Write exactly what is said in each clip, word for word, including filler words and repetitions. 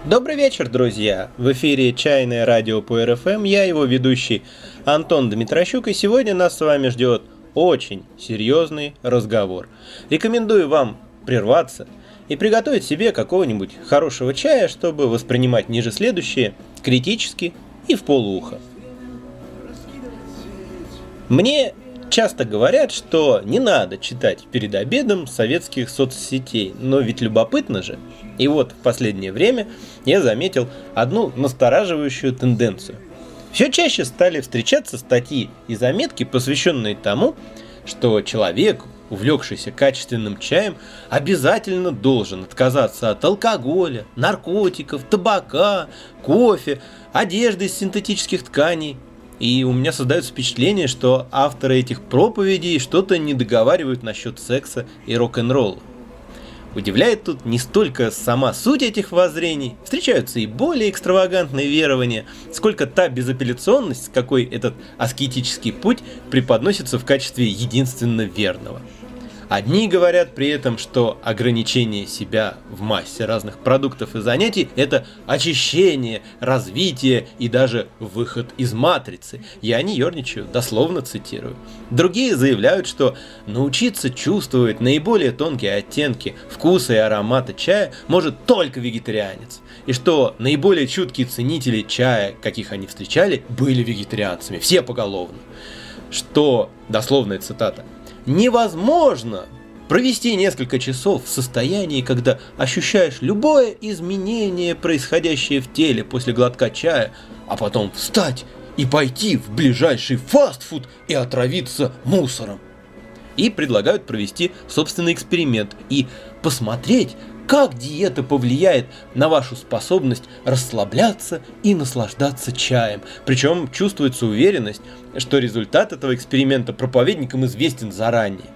Добрый вечер, друзья! В эфире «Чайное радио» по эр эф эм, я его ведущий Антон Дмитрощук, и сегодня нас с вами ждет очень серьезный разговор. Рекомендую вам прерваться и приготовить себе какого-нибудь хорошего чая, чтобы воспринимать ниже следующее критически и в полуухо. Мне часто говорят, что не надо читать перед обедом советских соцсетей, но ведь любопытно же. И вот в последнее время я заметил одну настораживающую тенденцию. Все чаще стали встречаться статьи и заметки, посвященные тому, что человек, увлекшийся качественным чаем, обязательно должен отказаться от алкоголя, наркотиков, табака, кофе, одежды из синтетических тканей. И у меня создается впечатление, что авторы этих проповедей что-то не договаривают насчет секса и рок-н-ролла. Удивляет тут не столько сама суть этих воззрений, встречаются и более экстравагантные верования, сколько та безапелляционность, с какой этот аскетический путь преподносится в качестве единственно верного. Одни говорят при этом, что ограничение себя в массе разных продуктов и занятий – это очищение, развитие и даже выход из матрицы. Я не ерничаю, дословно цитирую. Другие заявляют, что научиться чувствовать наиболее тонкие оттенки, вкуса и аромата чая может только вегетарианец. И что наиболее чуткие ценители чая, каких они встречали, были вегетарианцами, все поголовно. Что, дословная цитата, невозможно провести несколько часов в состоянии, когда ощущаешь любое изменение, происходящее в теле после глотка чая, а потом встать и пойти в ближайший фастфуд и отравиться мусором. И предлагают провести собственный эксперимент и посмотреть, как диета повлияет на вашу способность расслабляться и наслаждаться чаем. Причем чувствуется уверенность, что результат этого эксперимента проповедникам известен заранее.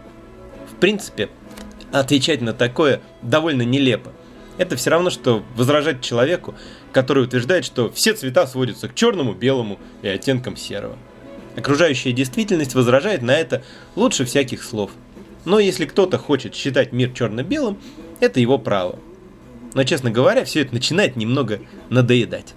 В принципе, отвечать на такое довольно нелепо. Это все равно, что возражать человеку, который утверждает, что все цвета сводятся к черному, белому и оттенкам серого. Окружающая действительность возражает на это лучше всяких слов. Но если кто-то хочет считать мир черно-белым, это его право. Но, честно говоря, все это начинает немного надоедать.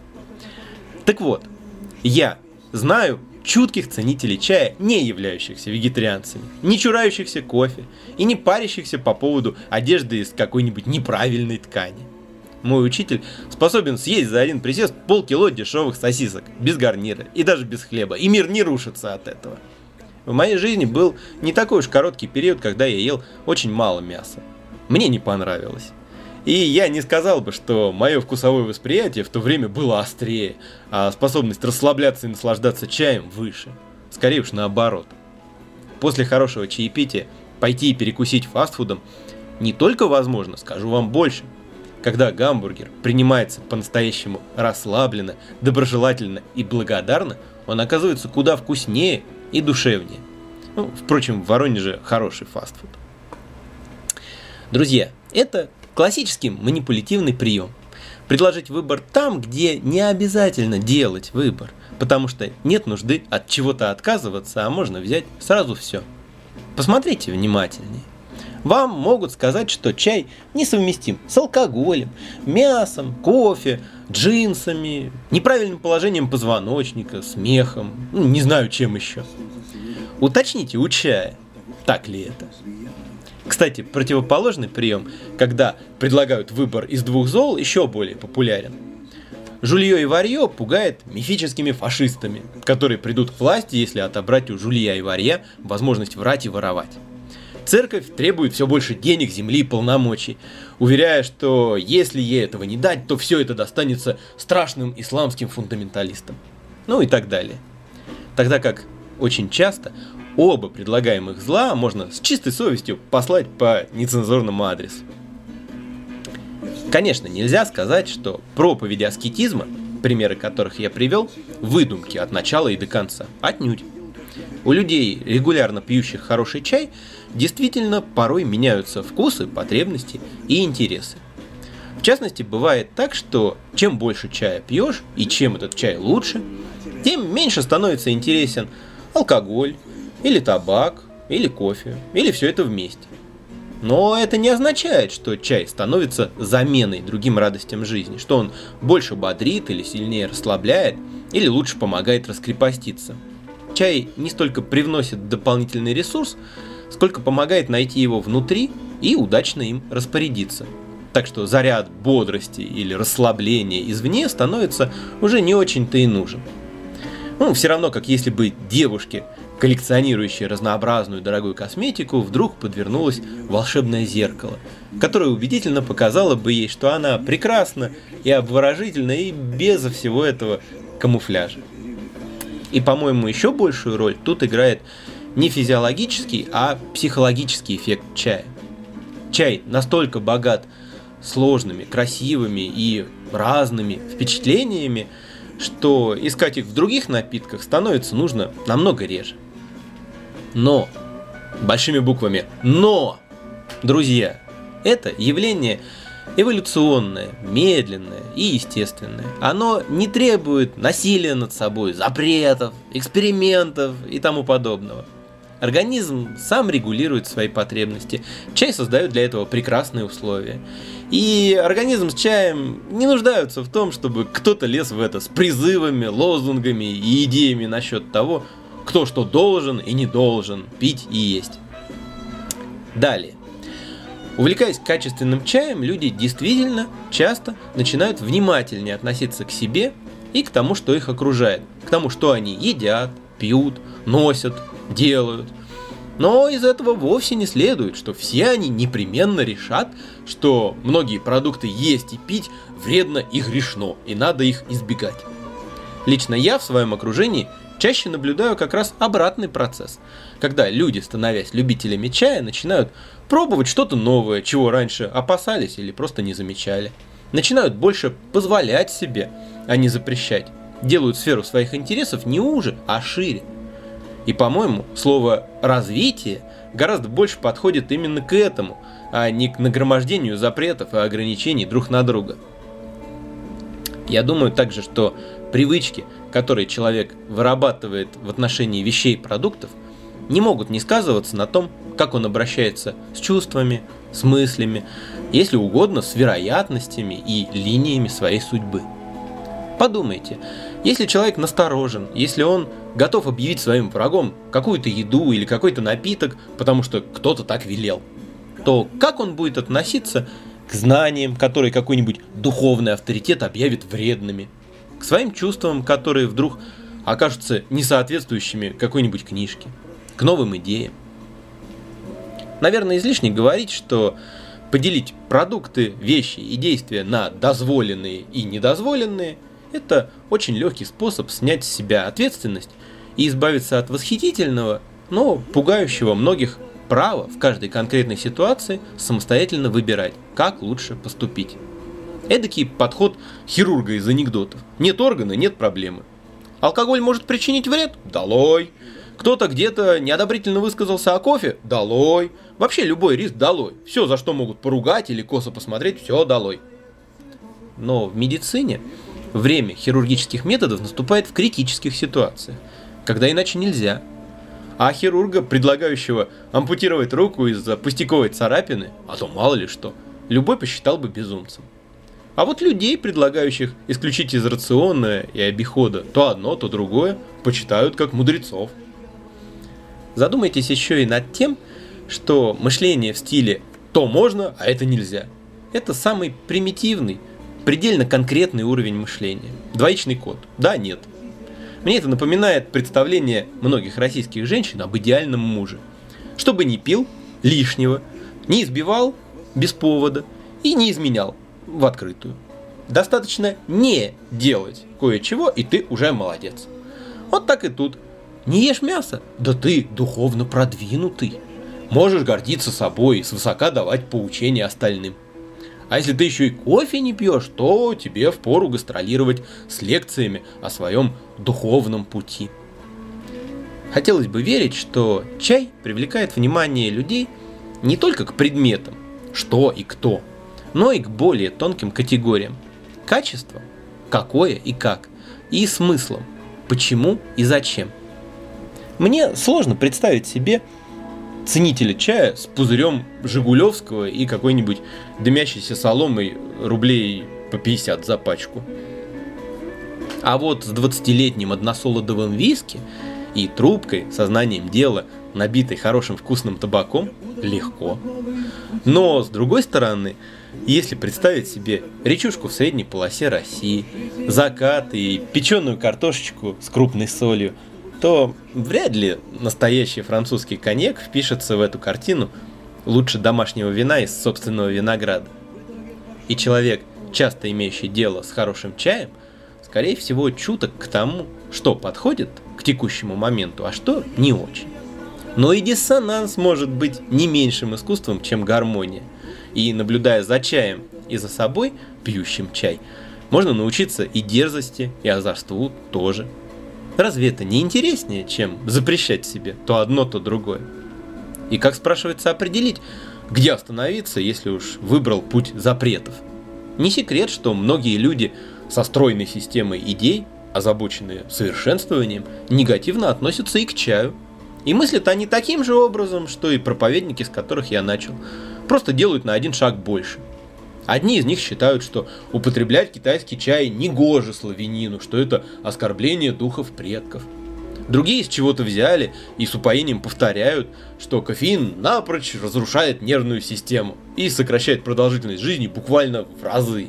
Так вот, я знаю чутких ценителей чая, не являющихся вегетарианцами, не чурающихся кофе и не парящихся по поводу одежды из какой-нибудь неправильной ткани. Мой учитель способен съесть за один присест полкило дешевых сосисок, без гарнира и даже без хлеба, и мир не рушится от этого. В моей жизни был не такой уж короткий период, когда я ел очень мало мяса. Мне не понравилось. И я не сказал бы, что мое вкусовое восприятие в то время было острее, а способность расслабляться и наслаждаться чаем выше. Скорее уж наоборот. После хорошего чаепития пойти и перекусить фастфудом не только возможно, скажу вам больше. Когда гамбургер принимается по-настоящему расслабленно, доброжелательно и благодарно, он оказывается куда вкуснее и душевнее. Ну, впрочем, в Воронеже хороший фастфуд. Друзья, это классический манипулятивный прием. Предложить выбор там, где не обязательно делать выбор, потому что нет нужды от чего-то отказываться, а можно взять сразу все. Посмотрите внимательнее. Вам могут сказать, что чай несовместим с алкоголем, мясом, кофе, джинсами, неправильным положением позвоночника, смехом, ну, не знаю чем еще. Уточните у чая, так ли это. Кстати, противоположный прием, когда предлагают выбор из двух зол, еще более популярен. Жулье и варье пугает мифическими фашистами, которые придут к власти, если отобрать у жулья и варья возможность врать и воровать. Церковь требует все больше денег, земли и полномочий, уверяя, что если ей этого не дать, то все это достанется страшным исламским фундаменталистам. Ну и так далее. Тогда как очень часто оба предлагаемых зла можно с чистой совестью послать по нецензурному адресу. Конечно, нельзя сказать, что проповеди аскетизма, примеры которых я привел, выдумки от начала и до конца. Отнюдь. У людей, регулярно пьющих хороший чай, действительно порой меняются вкусы, потребности и интересы. В частности, бывает так, что чем больше чая пьешь и чем этот чай лучше, тем меньше становится интересен алкоголь, или табак, или кофе, или все это вместе. Но это не означает, что чай становится заменой другим радостям жизни, что он больше бодрит или сильнее расслабляет, или лучше помогает раскрепоститься. Чай не столько привносит дополнительный ресурс, сколько помогает найти его внутри и удачно им распорядиться. Так что заряд бодрости или расслабления извне становится уже не очень-то и нужен. Ну, все равно, как если бы девушке, коллекционирующей разнообразную дорогую косметику, вдруг подвернулось волшебное зеркало, которое убедительно показало бы ей, что она прекрасна и обворожительна, и без всего этого камуфляжа. И, по-моему, еще большую роль тут играет не физиологический, а психологический эффект чая. Чай настолько богат сложными, красивыми и разными впечатлениями, что искать их в других напитках становится нужно намного реже. Но, большими буквами, но, друзья, это явление эволюционное, медленное и естественное. Оно не требует насилия над собой, запретов, экспериментов и тому подобного. Организм сам регулирует свои потребности. Чай создает для этого прекрасные условия. И организм с чаем не нуждаются в том, чтобы кто-то лез в это с призывами, лозунгами и идеями насчет того, кто что должен и не должен пить и есть. Далее. Увлекаясь качественным чаем, люди действительно часто начинают внимательнее относиться к себе и к тому, что их окружает, к тому, что они едят, пьют, носят, делают. Но из этого вовсе не следует, что все они непременно решат, что многие продукты есть и пить вредно и грешно, и надо их избегать. Лично я в своем окружении чаще наблюдаю как раз обратный процесс, когда люди, становясь любителями чая, начинают пробовать что-то новое, чего раньше опасались или просто не замечали. Начинают больше позволять себе, а не запрещать. Делают сферу своих интересов не уже, а шире. И, по-моему, слово «развитие» гораздо больше подходит именно к этому, а не к нагромождению запретов и ограничений друг на друга. Я думаю также, что привычки, которые человек вырабатывает в отношении вещей и продуктов, не могут не сказываться на том, как он обращается с чувствами, с мыслями, если угодно, с вероятностями и линиями своей судьбы. Подумайте, если человек насторожен, если он готов объявить своим врагом какую-то еду или какой-то напиток, потому что кто-то так велел, то как он будет относиться к знаниям, которые какой-нибудь духовный авторитет объявит вредными, к своим чувствам, которые вдруг окажутся несоответствующими какой-нибудь книжке, к новым идеям? Наверное, излишне говорить, что поделить продукты, вещи и действия на дозволенные и недозволенные – это очень легкий способ снять с себя ответственность и избавиться от восхитительного, но пугающего многих права в каждой конкретной ситуации самостоятельно выбирать, как лучше поступить. Эдакий подход хирурга из анекдотов. Нет органа – нет проблемы. Алкоголь может причинить вред? Долой. Кто-то где-то неодобрительно высказался о кофе? Долой. Вообще любой риск долой. Все, за что могут поругать или косо посмотреть, все долой. Но в медицине время хирургических методов наступает в критических ситуациях, когда иначе нельзя. А хирурга, предлагающего ампутировать руку из-за пустяковой царапины, а то мало ли что, любой посчитал бы безумцем. А вот людей, предлагающих исключить из рациона и обихода то одно, то другое, почитают как мудрецов. Задумайтесь еще и над тем, что мышление в стиле «то можно, а это нельзя» – это самый примитивный, предельно конкретный уровень мышления. Двоичный код. Да, нет. Мне это напоминает представление многих российских женщин об идеальном муже. Чтобы не пил лишнего, не избивал без повода и не изменял в открытую. Достаточно не делать кое-чего, и ты уже молодец. Вот так и тут. Не ешь мясо? Да ты духовно продвинутый. Можешь гордиться собой и свысока давать поучения остальным. А если ты еще и кофе не пьешь, то тебе впору гастролировать с лекциями о своем духовном пути. Хотелось бы верить, что чай привлекает внимание людей не только к предметам, что и кто, но и к более тонким категориям. Качеством, какое и как, и смыслом, почему и зачем. Мне сложно представить себе ценителя чая с пузырем жигулевского и какой-нибудь дымящейся соломой рублей по пятьдесят за пачку. А вот с двадцатилетним односолодовым виски и трубкой, сознанием дела, набитой хорошим вкусным табаком, легко. Но, с другой стороны, если представить себе речушку в средней полосе России, закат и печеную картошечку с крупной солью, то вряд ли настоящий французский коньяк впишется в эту картину лучше домашнего вина из собственного винограда. И человек, часто имеющий дело с хорошим чаем, скорее всего, чуток к тому, что подходит к текущему моменту, а что не очень. Но и диссонанс может быть не меньшим искусством, чем гармония. И, наблюдая за чаем и за собой, пьющим чай, можно научиться и дерзости, и озорству тоже. Разве это не интереснее, чем запрещать себе то одно, то другое? И как, спрашивается, определить, где остановиться, если уж выбрал путь запретов? Не секрет, что многие люди со стройной системой идей, озабоченные совершенствованием, негативно относятся и к чаю. И мыслят они таким же образом, что и проповедники, с которых я начал. Просто делают на один шаг больше. Одни из них считают, что употреблять китайский чай негоже славянину, что это оскорбление духов предков. Другие с чего-то взяли и с упоением повторяют, что кофеин напрочь разрушает нервную систему и сокращает продолжительность жизни буквально в разы.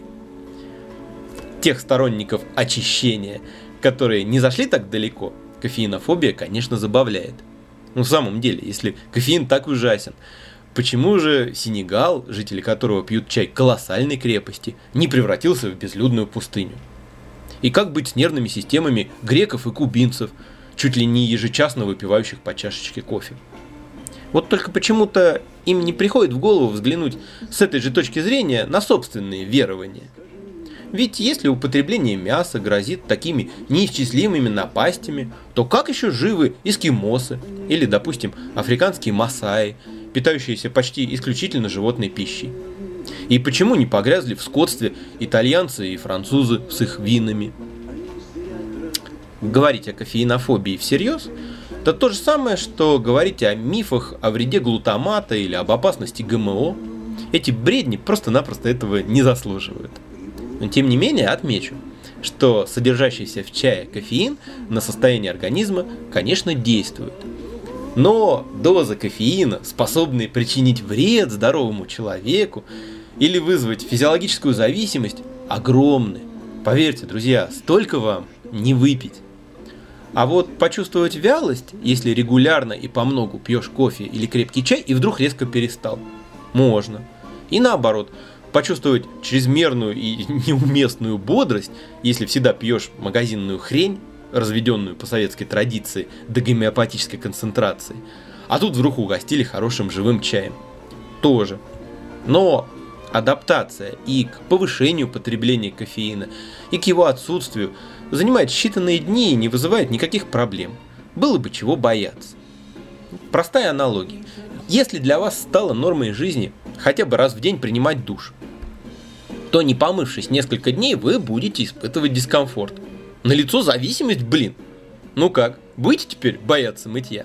Тех сторонников очищения, которые не зашли так далеко, кофеинофобия, конечно, забавляет. Ну, в самом деле, если кофеин так ужасен, почему же Сенегал, жители которого пьют чай колоссальной крепости, не превратился в безлюдную пустыню? И как быть с нервными системами греков и кубинцев, чуть ли не ежечасно выпивающих по чашечке кофе? Вот только почему-то им не приходит в голову взглянуть с этой же точки зрения на собственные верования. Ведь если употребление мяса грозит такими неисчислимыми напастями, то как еще живы эскимосы или, допустим, африканские масаи, питающиеся почти исключительно животной пищей? И почему не погрязли в скотстве итальянцы и французы с их винами? Говорить о кофеинофобии всерьез – это то же самое, что говорить о мифах о вреде глутамата или об опасности ГМО. Эти бредни просто-напросто этого не заслуживают. Но тем не менее отмечу, что содержащийся в чае кофеин на состояние организма, конечно, действует. Но доза кофеина, способная причинить вред здоровому человеку или вызвать физиологическую зависимость, огромны. Поверьте, друзья, столько вам не выпить. А вот почувствовать вялость, если регулярно и помногу пьешь кофе или крепкий чай и вдруг резко перестал, можно. И наоборот, почувствовать чрезмерную и неуместную бодрость, если всегда пьешь магазинную хрень, разведенную по советской традиции до гомеопатической концентрации, а тут вдруг угостили хорошим живым чаем. Тоже. Но адаптация и к повышению потребления кофеина, и к его отсутствию занимает считанные дни и не вызывает никаких проблем. Было бы чего бояться. Простая аналогия. Если для вас стало нормой жизни хотя бы раз в день принимать душ, то не помывшись несколько дней, вы будете испытывать дискомфорт. Налицо зависимость, блин. Ну как, будете теперь бояться мытья?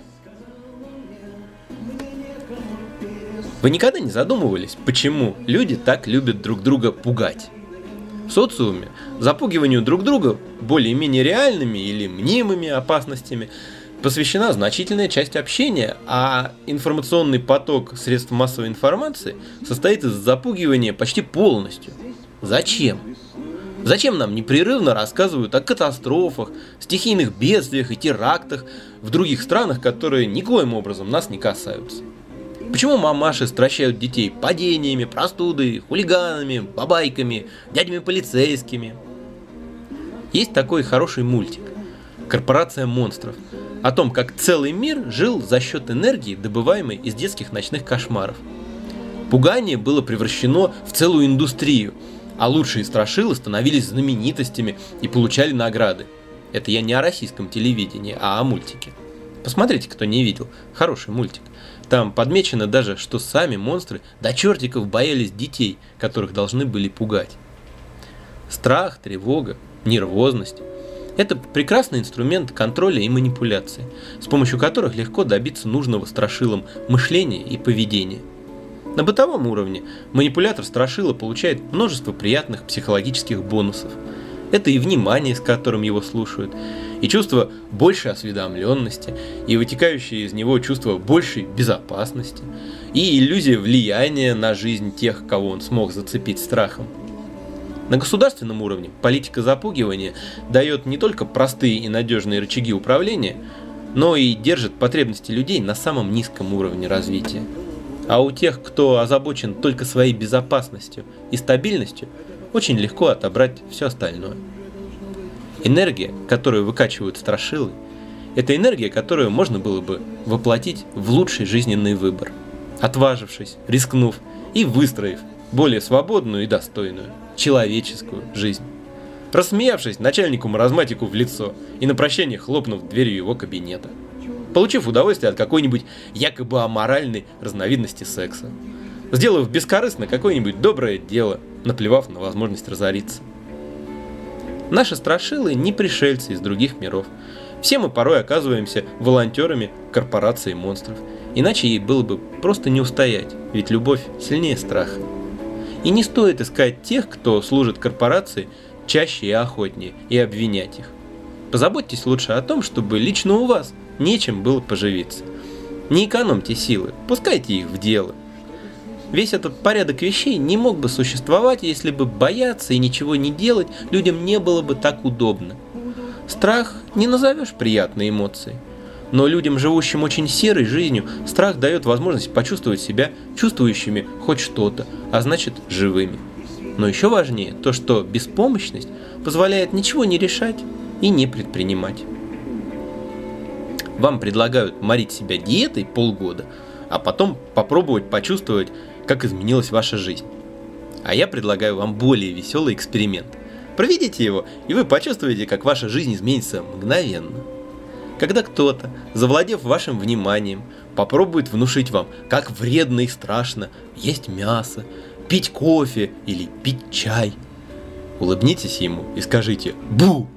Вы никогда не задумывались, почему люди так любят друг друга пугать? В социуме запугиванию друг друга более-менее реальными или мнимыми опасностями посвящена значительная часть общения, а информационный поток средств массовой информации состоит из запугивания почти полностью. Зачем? Зачем нам непрерывно рассказывают о катастрофах, стихийных бедствиях и терактах в других странах, которые никоим образом нас не касаются? Почему мамаши стращают детей падениями, простудой, хулиганами, бабайками, дядями полицейскими? Есть такой хороший мультик «Корпорация монстров» о том, как целый мир жил за счет энергии, добываемой из детских ночных кошмаров. Пугание было превращено в целую индустрию, а лучшие страшилы становились знаменитостями и получали награды. Это я не о российском телевидении, а о мультике. Посмотрите, кто не видел. Хороший мультик. Там подмечено даже, что сами монстры до чертиков боялись детей, которых должны были пугать. Страх, тревога, нервозность Это прекрасный инструмент контроля и манипуляции, с помощью которых легко добиться нужного страшилам мышления и поведения. На бытовом уровне манипулятор страшила получает множество приятных психологических бонусов. Это и внимание, с которым его слушают, и чувство большей осведомленности, и вытекающее из него чувство большей безопасности, и иллюзия влияния на жизнь тех, кого он смог зацепить страхом. На государственном уровне политика запугивания дает не только простые и надежные рычаги управления, но и держит потребности людей на самом низком уровне развития. А у тех, кто озабочен только своей безопасностью и стабильностью, очень легко отобрать все остальное. Энергия, которую выкачивают страшилы, это энергия, которую можно было бы воплотить в лучший жизненный выбор, отважившись, рискнув и выстроив более свободную и достойную, человеческую жизнь. Рассмеявшись начальнику-маразматику в лицо и на прощание хлопнув дверью его кабинета, получив удовольствие от какой-нибудь якобы аморальной разновидности секса, сделав бескорыстно какое-нибудь доброе дело, наплевав на возможность разориться. Наши страшилы не пришельцы из других миров. Все мы порой оказываемся волонтерами корпорации монстров, иначе ей было бы просто не устоять, ведь любовь сильнее страха. И не стоит искать тех, кто служит корпорации, чаще и охотнее, и обвинять их. Позаботьтесь лучше о том, чтобы лично у вас нечем было поживиться. Не экономьте силы, пускайте их в дело. Весь этот порядок вещей не мог бы существовать, если бы бояться и ничего не делать людям не было бы так удобно. Страх не назовешь приятной эмоцией, но людям, живущим очень серой жизнью, страх дает возможность почувствовать себя чувствующими хоть что-то, а значит живыми. Но еще важнее то, что беспомощность позволяет ничего не решать и не предпринимать. Вам предлагают морить себя диетой полгода, а потом попробовать почувствовать, как изменилась ваша жизнь. А я предлагаю вам более веселый эксперимент. Проведите его, и вы почувствуете, как ваша жизнь изменится мгновенно. Когда кто-то, завладев вашим вниманием, попробует внушить вам, как вредно и страшно есть мясо, пить кофе или пить чай, улыбнитесь ему и скажите «Бу!».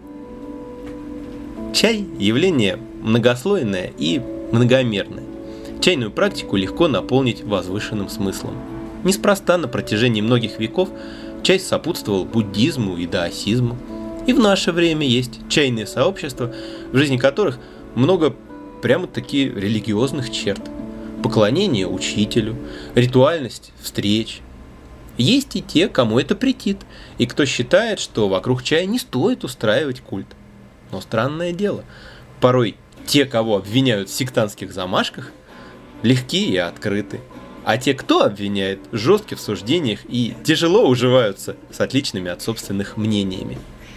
Чай – явление многослойное и многомерное. Чайную практику легко наполнить возвышенным смыслом. Неспроста на протяжении многих веков чай сопутствовал буддизму и даосизму. И в наше время есть чайные сообщества, в жизни которых много прямо-таки религиозных черт. Поклонение учителю, ритуальность встреч. Есть и те, кому это претит, и кто считает, что вокруг чая не стоит устраивать культ. Но странное дело, порой те, кого обвиняют в сектантских замашках, легкие и открыты, а те, кто обвиняет, жестки в суждениях и тяжело уживаются с отличными от собственных мнениями.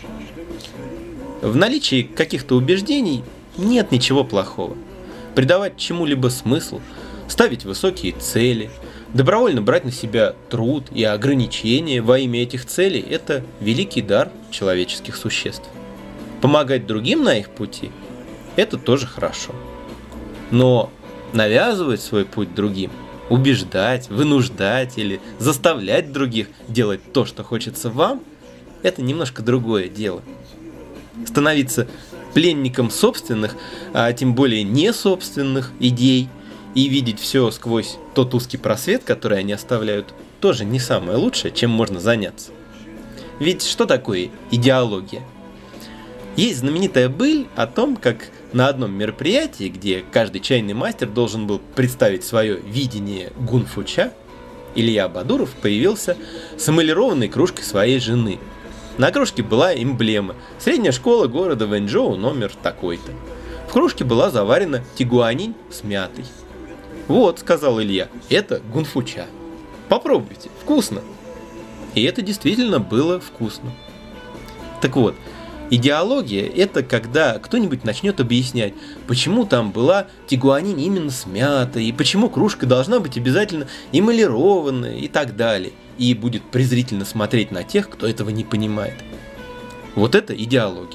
В наличии каких-то убеждений нет ничего плохого. Придавать чему-либо смысл, ставить высокие цели, добровольно брать на себя труд и ограничения во имя этих целей – это великий дар человеческих существ. Помогать другим на их пути – это тоже хорошо. Но навязывать свой путь другим, убеждать, вынуждать или заставлять других делать то, что хочется вам – это немножко другое дело. Становиться пленником собственных, а тем более не собственных идей и видеть все сквозь тот узкий просвет, который они оставляют, тоже не самое лучшее, чем можно заняться. Ведь что такое идеология? Есть знаменитая быль о том, как на одном мероприятии, где каждый чайный мастер должен был представить свое видение гунфу-ча, Илья Бадуров появился с эмалированной кружкой своей жены. На кружке была эмблема «Средняя школа города Вэньчжоу номер такой-то». В кружке была заварена тигуанин с мятой. «Вот», — сказал Илья, — «это гунфу-ча. Попробуйте, вкусно». И это действительно было вкусно. Так вот, идеология – это когда кто-нибудь начнет объяснять, почему там была тигуанин именно с мятой, и почему кружка должна быть обязательно эмалированная и так далее, и будет презрительно смотреть на тех, кто этого не понимает. Вот это идеология.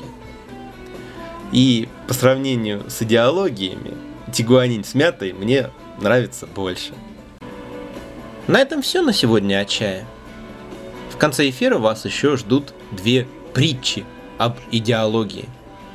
И по сравнению с идеологиями, тигуанин с мятой мне нравится больше. На этом все на сегодня о чае. В конце эфира вас еще ждут две притчи об идеологии.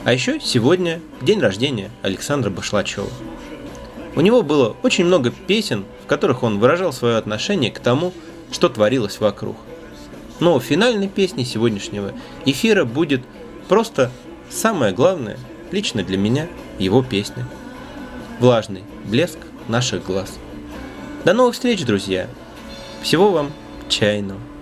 А еще сегодня день рождения Александра Башлачева. У него было очень много песен, в которых он выражал свое отношение к тому, что творилось вокруг. Но финальной песней сегодняшнего эфира будет просто самое главное, лично для меня, его песня. «Влажный блеск наших глаз». До новых встреч, друзья! Всего вам чайного!